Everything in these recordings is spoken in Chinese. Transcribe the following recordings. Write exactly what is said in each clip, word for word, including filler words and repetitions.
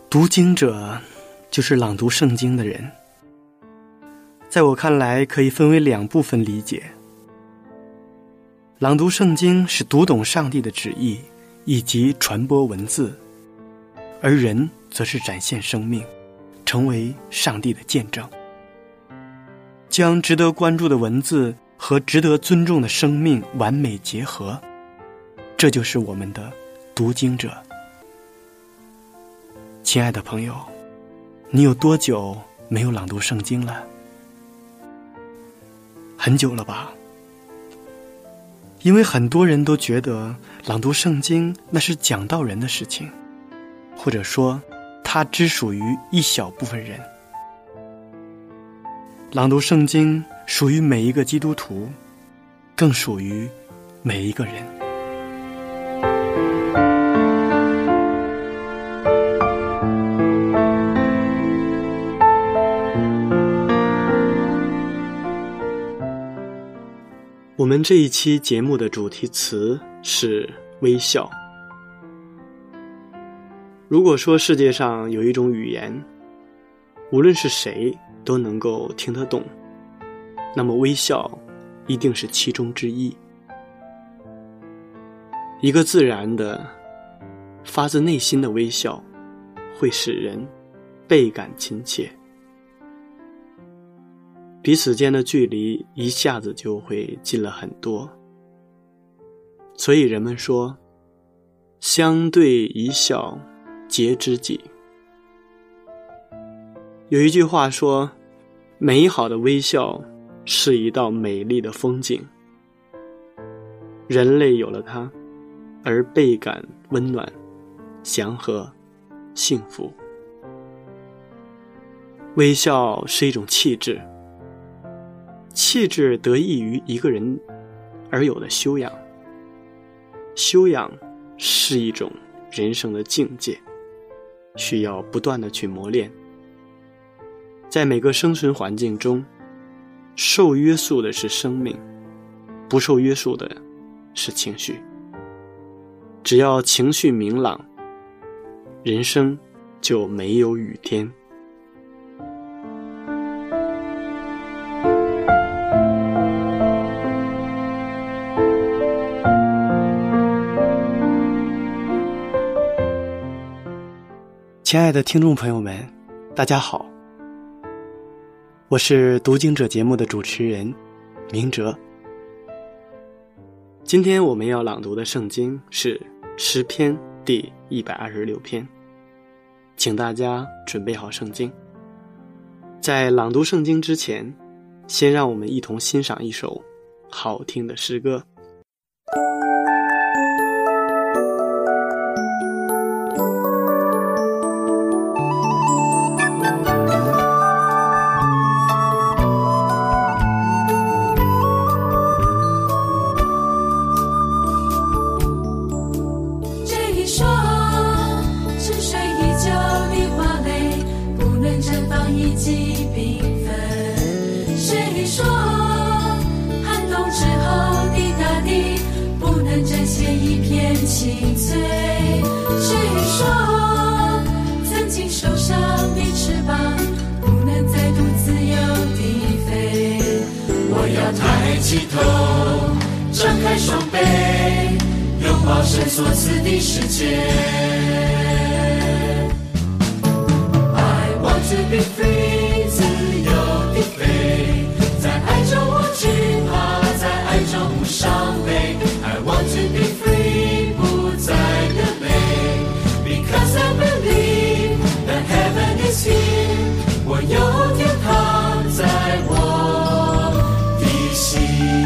读经者就是朗读圣经的人，在我看来可以分为两部分理解。朗读圣经是读懂上帝的旨意以及传播文字，而人则是展现生命，成为上帝的见证，将值得关注的文字和值得尊重的生命完美结合，这就是我们的读经者。亲爱的朋友，你有多久没有朗读圣经了？很久了吧？因为很多人都觉得朗读圣经那是讲道人的事情，或者说它只属于一小部分人。朗读圣经属于每一个基督徒，更属于每一个人。我们这一期节目的主题词是微笑。如果说世界上有一种语言，无论是谁都能够听得懂，那么微笑一定是其中之一。一个自然的、发自内心的微笑，会使人倍感亲切，彼此间的距离一下子就会近了很多。所以人们说，相对一笑结知己。有一句话说，美好的微笑是一道美丽的风景，人类有了它，而倍感温暖、祥和、幸福。微笑是一种气质，气质得益于一个人而有的修养，修养是一种人生的境界，需要不断的去磨练。在每个生存环境中，受约束的是生命，不受约束的是情绪。只要情绪明朗，人生就没有雨天。亲爱的听众朋友们，大家好，我是读经者节目的主持人明哲。今天我们要朗读的圣经是诗篇第一百二十六篇，请大家准备好圣经。在朗读圣经之前，先让我们一同欣赏一首好听的诗歌。 心碎，谁说曾经受伤的翅膀不能再度自由地飞？我要抬起头，张开双臂，拥抱神所赐的世界。I want to be free， 自由地飞，在爱中无惧怕，在爱中无伤悲。I want to be free，在的美 Because I believe that heaven is here， 我有天堂在我的心。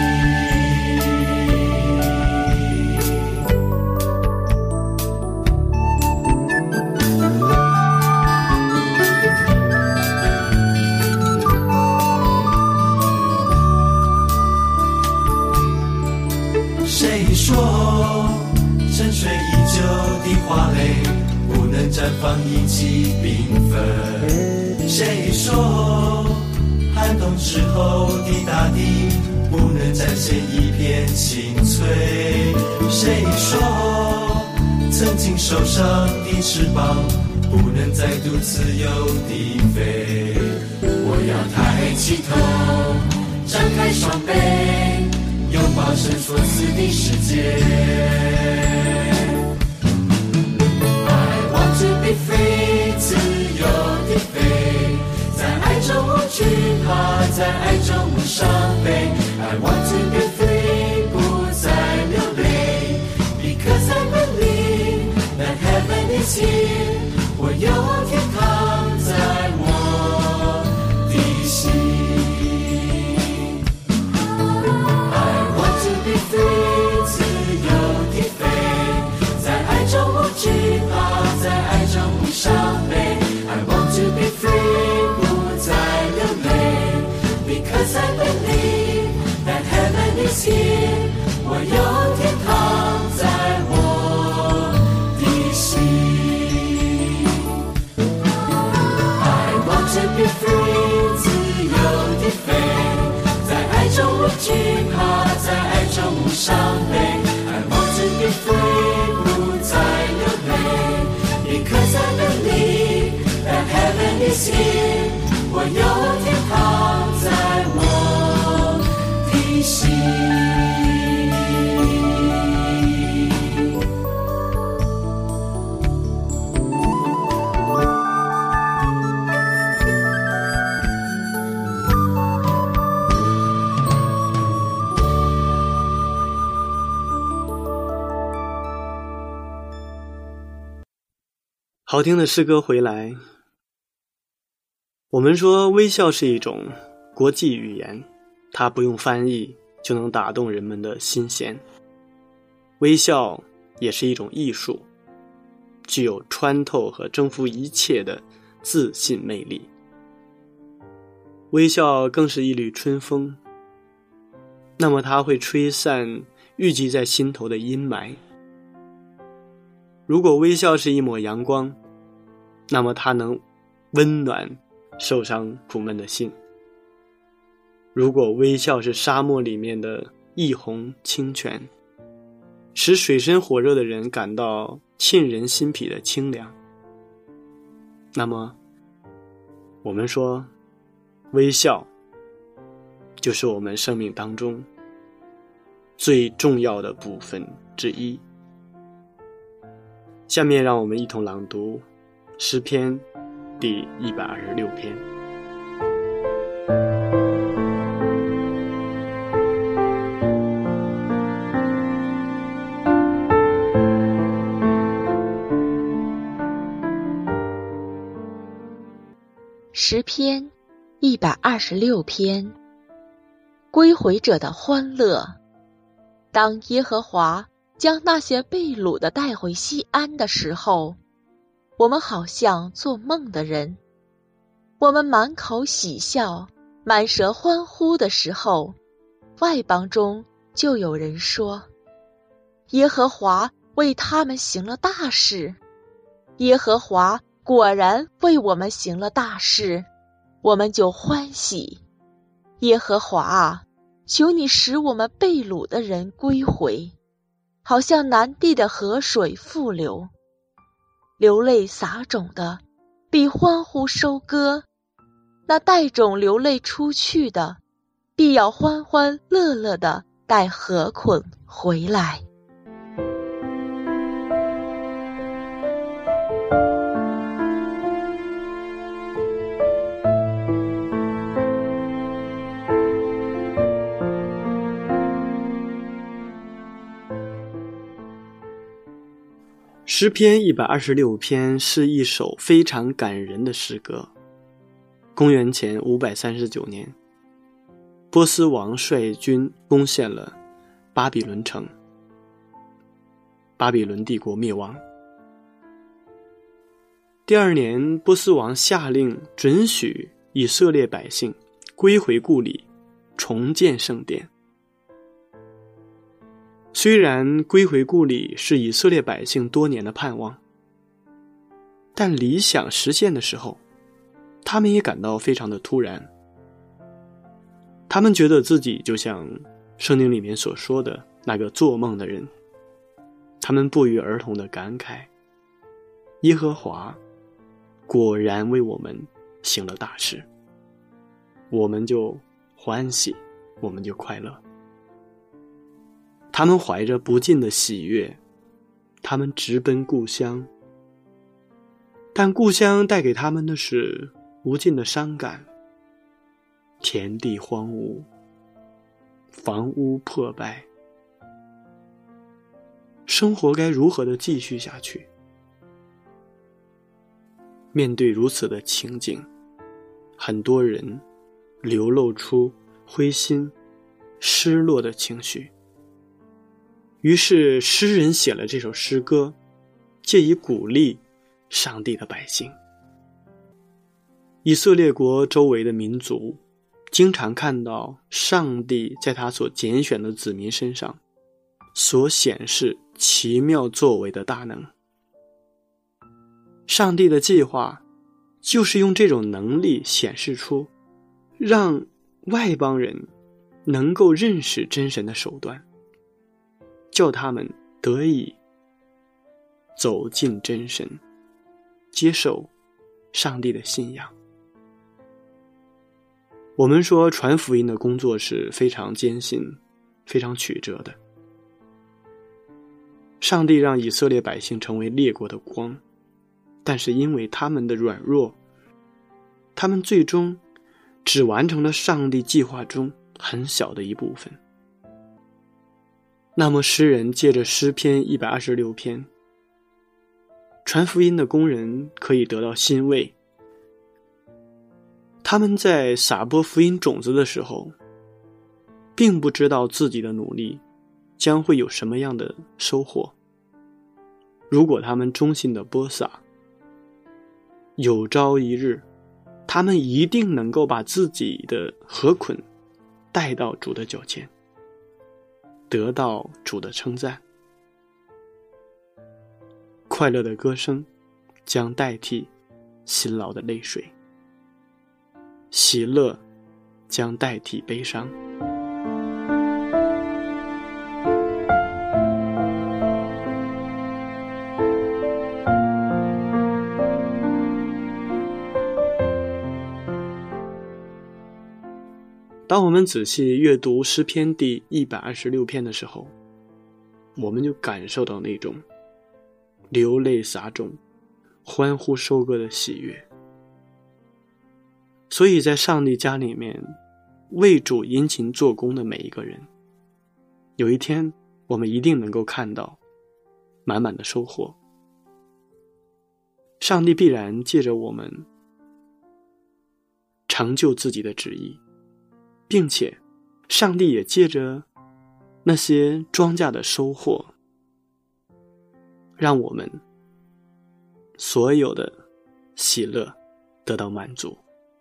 谁说沉睡已久的花蕾不能绽放一起缤纷？谁说寒冬之后的大地不能展现一片青翠？谁说曾经受伤的翅膀不能再独自由地飞。我要抬起头，张开双臂，拥抱神所赐的世界。I want to be free， 自由地飞，在爱中无惧怕，在爱中无伤悲。I want to be free， 不再流泪 ，Because I believe that heaven is here， 我有天堂在我的心。I want to be free， 自由地飞，在爱中无惧怕，在爱中无伤悲。I want to be free， 不再流泪 ，Because I believe that heaven is here， 我有天堂在我的心。I want to be free， 自由地飞，在爱中无惧怕，在爱中无伤悲。I want to be free， 不再流泪 ，Because I believe that heaven is here， 我有天堂在我的心。 好听的诗歌回来。我们说微笑是一种国际语言，它不用翻译就能打动人们的心弦。微笑也是一种艺术，具有穿透和征服一切的自信魅力。微笑更是一缕春风，那么它会吹散郁积在心头的阴霾。如果微笑是一抹阳光，那么它能温暖受伤苦闷的心。如果微笑是沙漠里面的一泓清泉，使水深火热的人感到沁人心脾的清凉，那么我们说微笑就是我们生命当中最重要的部分之一。下面让我们一同朗读诗篇第一百二十六篇。 诗篇一百二十六篇，归回者的欢乐。当耶和华将那些被掳的带回西安的时候，我们好像做梦的人。我们满口喜笑，满舌欢呼的时候，外邦中就有人说，耶和华为他们行了大事。耶和华果然为我们行了大事，我们就欢喜。耶和华啊，求你使我们被掳的人归回，好像南地的河水复流。流泪撒种的必欢呼收割，那带种流泪出去的必要欢欢乐乐地带禾捆回来。 诗篇一百二十六篇是一首非常感人的诗歌。公元前五百三十九年，波斯王率军攻陷了巴比伦城，巴比伦帝国灭亡。第二年，波斯王下令准许以色列百姓归回故里，重建圣殿。虽然归回故里是以色列百姓多年的盼望，但理想实现的时候，他们也感到非常的突然。他们觉得自己就像圣经里面所说的那个做梦的人，他们不约而同地感慨，耶和华果然为我们行了大事，我们就欢喜，我们就快乐。他们怀着不尽的喜悦，他们直奔故乡，但故乡带给他们的是无尽的伤感，田地荒芜，房屋破败，生活该如何的继续下去？面对如此的情景，很多人流露出灰心失落的情绪。于是诗人写了这首诗歌，借以鼓励上帝的百姓。以色列国周围的民族经常看到上帝在他所拣选的子民身上所显示奇妙作为的大能。上帝的计划就是用这种能力显示出让外邦人能够认识真神的手段，叫他们得以走进真神，接受上帝的信仰。我们说传福音的工作是非常艰辛非常曲折的。上帝让以色列百姓成为列国的光，但是因为他们的软弱，他们最终只完成了上帝计划中很小的一部分。那么诗人借着诗篇一百二十六篇，传福音的工人可以得到欣慰。他们在撒播福音种子的时候，并不知道自己的努力将会有什么样的收获。如果他们忠心的播撒，有朝一日他们一定能够把自己的禾捆带到主的脚前，得到主的称赞。快乐的歌声将代替辛劳的泪水，喜乐将代替悲伤。当我们仔细阅读诗篇第一百二十六篇的时候，我们就感受到那种流泪撒种、欢呼收割的喜悦。所以在上帝家里面为主殷勤做工的每一个人，有一天我们一定能够看到满满的收获。上帝必然借着我们成就自己的旨意，并且上帝也借着那些庄稼的收获，让我们所有的喜乐得到满足。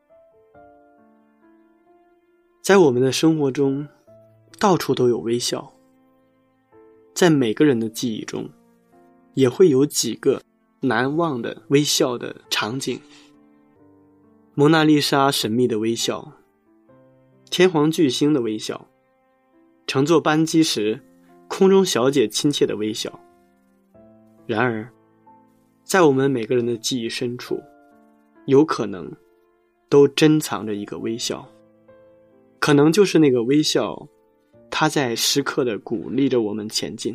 在我们的生活中，到处都有微笑，在每个人的记忆中也会有几个难忘的微笑的场景。蒙娜丽莎神秘的微笑，天皇巨星的微笑，乘坐班机时空中小姐亲切的微笑。然而在我们每个人的记忆深处，有可能都珍藏着一个微笑，可能就是那个微笑，它在时刻的鼓励着我们前进，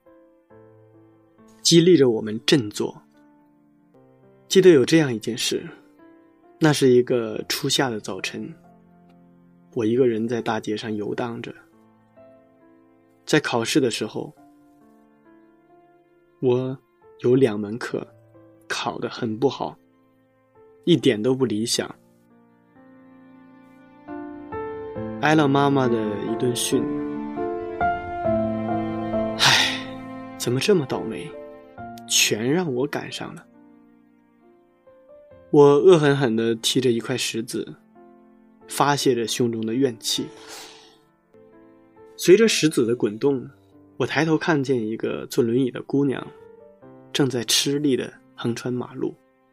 激励着我们振作。记得有这样一件事，那是一个初夏的早晨，我一个人在大街上游荡着。在考试的时候，我有两门课考得很不好，一点都不理想，挨了妈妈的一顿训。唉，怎么这么倒霉，全让我赶上了。我恶狠狠地踢着一块石子，发泄着胸中的怨气。随着石子的滚动，我抬头看见一个坐轮椅的姑娘正在吃力地横穿马路。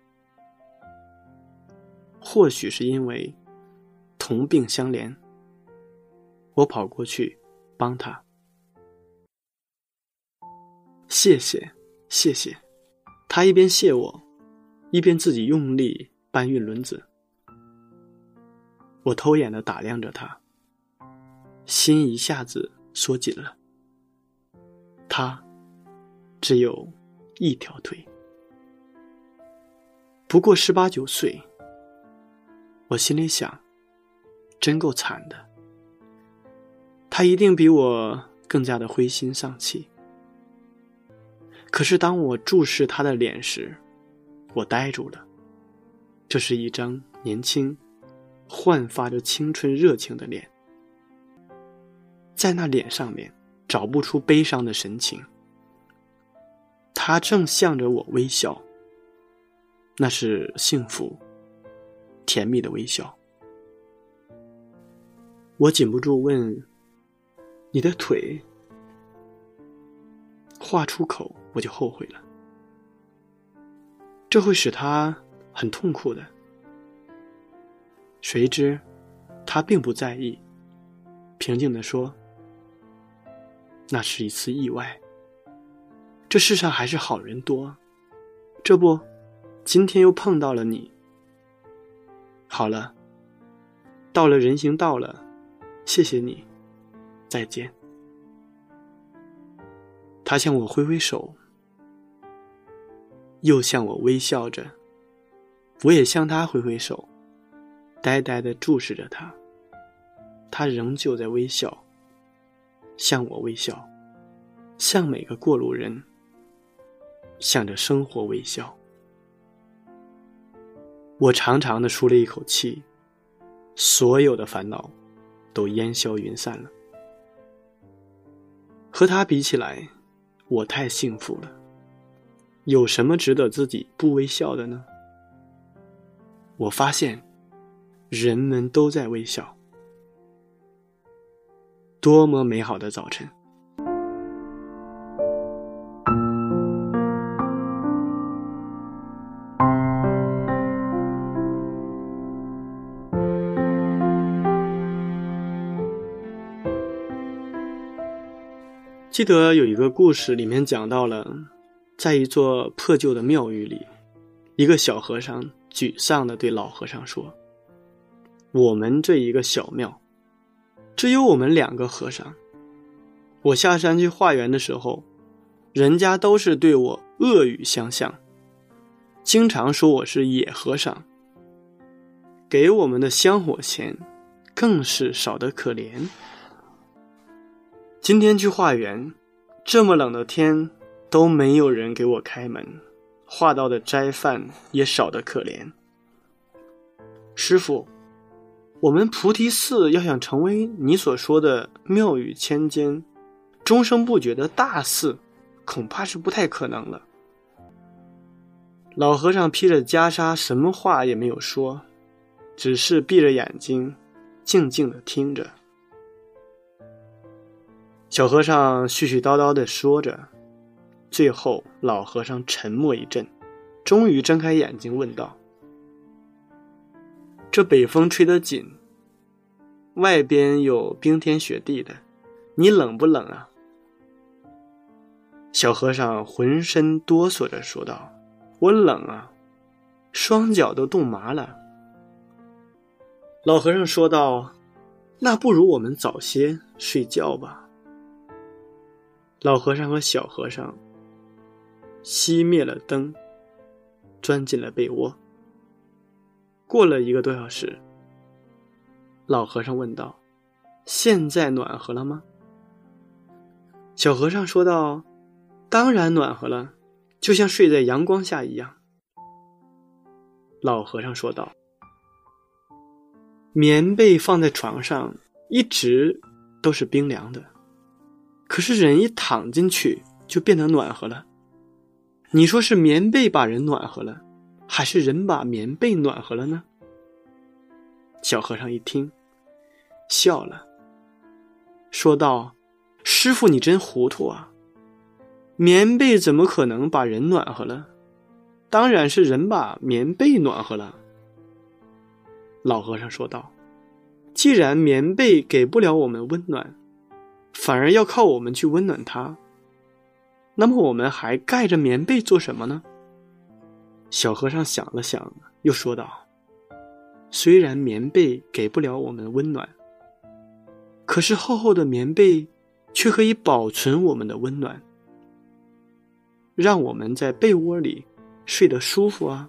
或许是因为同病相怜，我跑过去帮她。谢谢谢谢，她一边谢我一边自己用力搬运轮子。我偷眼地打量着他，心一下子缩紧了。他只有一条腿，不过十八九岁。我心里想，真够惨的。他一定比我更加的灰心丧气。可是当我注视他的脸时，我呆住了。这是一张年轻、焕发着青春热情的脸，在那脸上面找不出悲伤的神情。他正向着我微笑，那是幸福、甜蜜的微笑。我禁不住问：“你的腿？”话出口我就后悔了，这会使他很痛苦的。谁知他并不在意，平静地说：“那是一次意外，这世上还是好人多，这不，今天又碰到了你。好了，到了人行道了，谢谢你，再见。”他向我挥挥手，又向我微笑着，我也向他挥挥手，呆呆地注视着他。他仍旧在微笑，向我微笑，向每个过路人，向着生活微笑。我长长地舒了一口气，所有的烦恼都烟消云散了。和他比起来，我太幸福了，有什么值得自己不微笑的呢？我发现人们都在微笑，多么美好的早晨。记得有一个故事，里面讲到了，在一座破旧的庙宇里，一个小和尚沮丧地对老和尚说：“我们这一个小庙，只有我们两个和尚。我下山去化缘的时候，人家都是对我恶语相向，经常说我是野和尚，给我们的香火钱更是少得可怜。今天去化缘，这么冷的天都没有人给我开门，化到的斋饭也少得可怜。师父，我们菩提寺要想成为你所说的妙语千间、终生不绝的大寺，恐怕是不太可能了。”老和尚披着袈裟，什么话也没有说，只是闭着眼睛静静地听着。小和尚絮絮叨叨地说着，最后老和尚沉默一阵，终于睁开眼睛问道：“这北风吹得紧，外边有冰天雪地的，你冷不冷啊？”小和尚浑身哆嗦着说道：“我冷啊，双脚都冻麻了。”老和尚说道：“那不如我们早些睡觉吧。”老和尚和小和尚熄灭了灯，钻进了被窝。过了一个多小时，老和尚问道：“现在暖和了吗？”小和尚说道：“当然暖和了，就像睡在阳光下一样。”老和尚说道：“棉被放在床上一直都是冰凉的，可是人一躺进去就变得暖和了。你说是棉被把人暖和了，还是人把棉被暖和了呢？”小和尚一听，笑了，说道：“师父，你真糊涂啊！棉被怎么可能把人暖和了？当然是人把棉被暖和了。”老和尚说道：“既然棉被给不了我们温暖，反而要靠我们去温暖它，那么我们还盖着棉被做什么呢？” 小和尚想了想，又说道：虽然棉被给不了我们温暖，可是厚厚的棉被却可以保存我们的温暖，让我们在被窝里睡得舒服啊。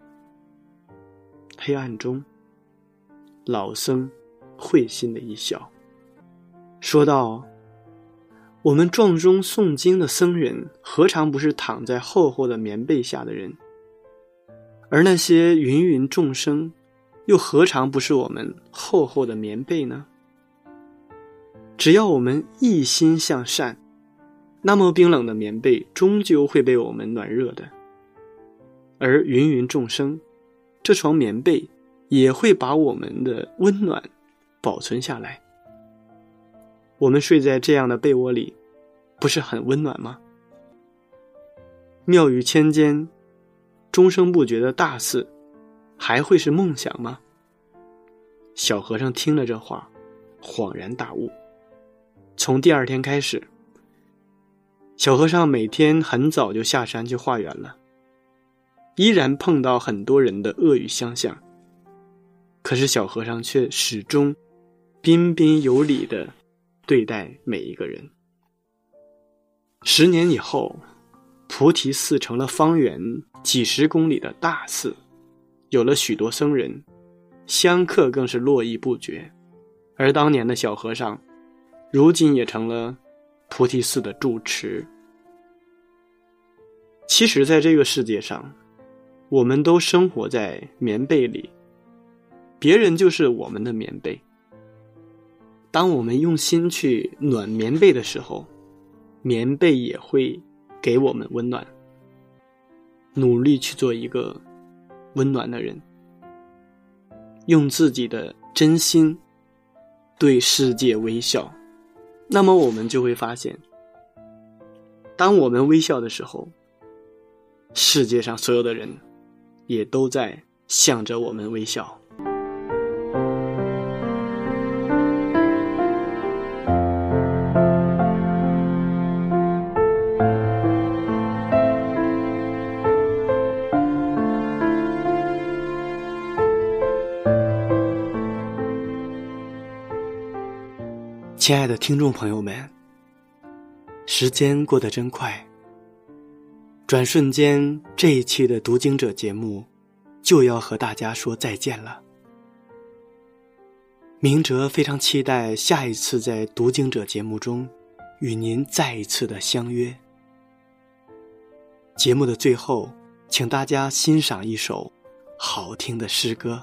黑暗中，老僧会心的一笑，说道：我们撞钟诵经的僧人，何尝不是躺在厚厚的棉被下的人？而那些芸芸众生，又何尝不是我们厚厚的棉被呢？只要我们一心向善，那么冰冷的棉被终究会被我们暖热的。而芸芸众生，这床棉被也会把我们的温暖保存下来。我们睡在这样的被窝里，不是很温暖吗？妙语千间，终生不绝的大事，还会是梦想吗？小和尚听了这话，恍然大悟。从第二天开始，小和尚每天很早就下山去化缘了，依然碰到很多人的恶语相向，可是小和尚却始终彬彬有礼地对待每一个人。十年以后，菩提寺成了方圆几十公里的大寺，有了许多僧人，香客更是络绎不绝。而当年的小和尚，如今也成了菩提寺的住持。其实在这个世界上，我们都生活在棉被里，别人就是我们的棉被。当我们用心去暖棉被的时候，棉被也会给我们温暖。努力去做一个温暖的人，用自己的真心对世界微笑，那么我们就会发现，当我们微笑的时候，世界上所有的人也都在向着我们微笑。亲爱的听众朋友们，时间过得真快，转瞬间这一期的读经者节目就要和大家说再见了。明哲非常期待下一次在读经者节目中与您再一次的相约。节目的最后，请大家欣赏一首好听的诗歌。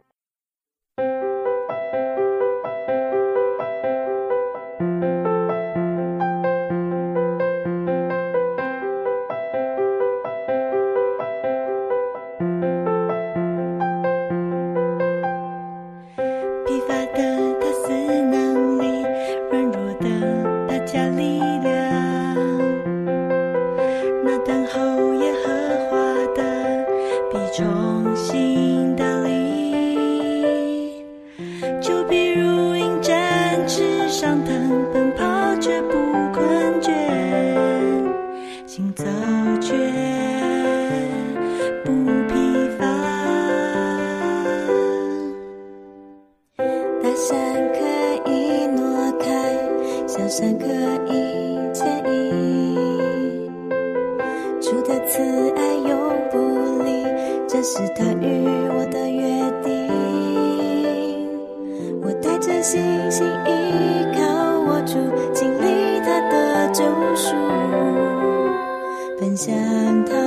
小山可以牵引，主的慈爱永不离，这是他与我的约定。我带着信心依靠我主，经历他的救赎，奔向他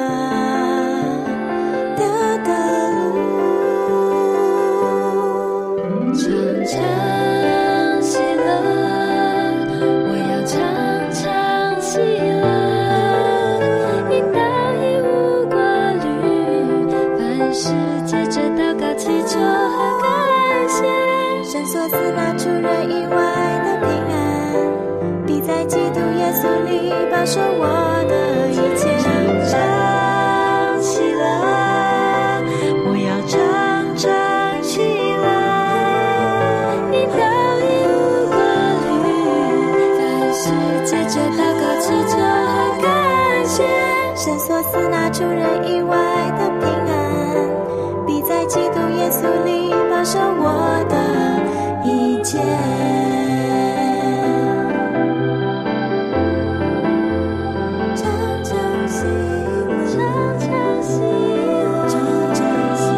的道路，常常喜乐。圣所赐那出人意外的平安，必在基督耶稣里保守我的一切。常常喜乐，我要常常喜乐，你道义无挂虑，凡事借着祷告祈求和感谢。圣所赐那出人意外的平安， 耶稣里保守我的一切。常常喜乐，常常喜乐，常常喜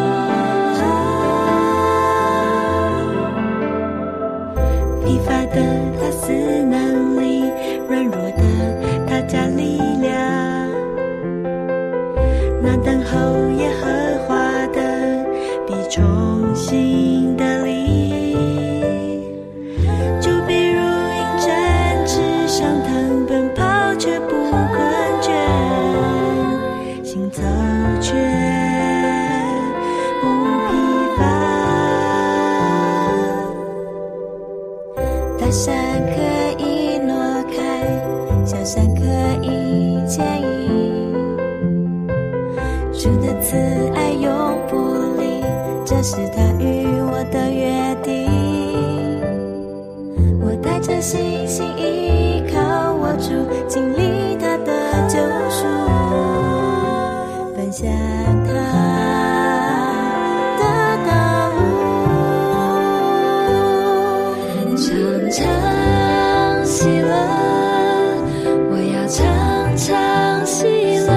乐。疲乏的他赐能力，软弱的他加力量。那等候耶和华的必重新得力，就必如鹰展翅上腾，奔跑却不困倦，行走却不疲乏。大山可以挪开，小山可以牵引，主的慈爱永不离，这是他与我的约定。我带着信心依靠我主，经历他的救赎，奔向他的道路。常常喜乐，我要常常喜乐，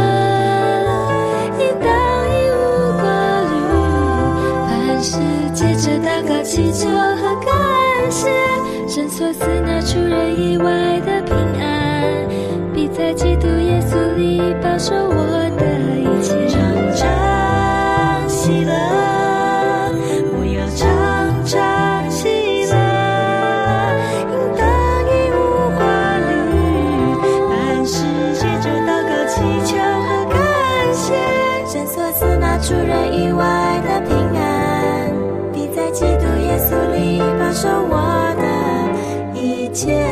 祈求和感谢，神所赐那出人意外的平安，必在基督耶稣里保守我的一切。常常喜乐，我要常常喜乐，应当以无挂虑，凡事借着祷告祈求和感谢，神所赐那出人意外的平安，在基督耶稣里保守我的一切。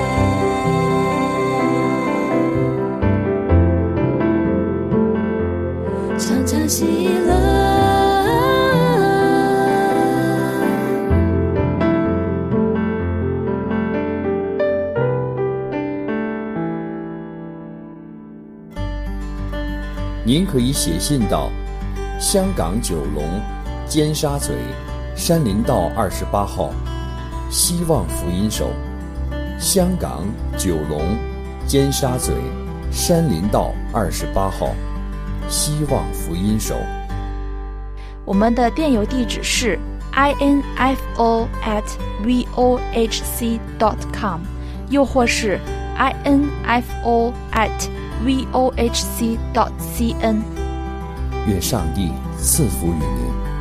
常常喜乐。 您可以写信到香港九龙尖沙咀山林道二十八号，希望福音手。香港九龙尖沙咀山林道二十八号，希望福音手。 我们的电邮地址是 info at vohc dot com， 又或是 info at vohc dot cn。 愿上帝赐福于您。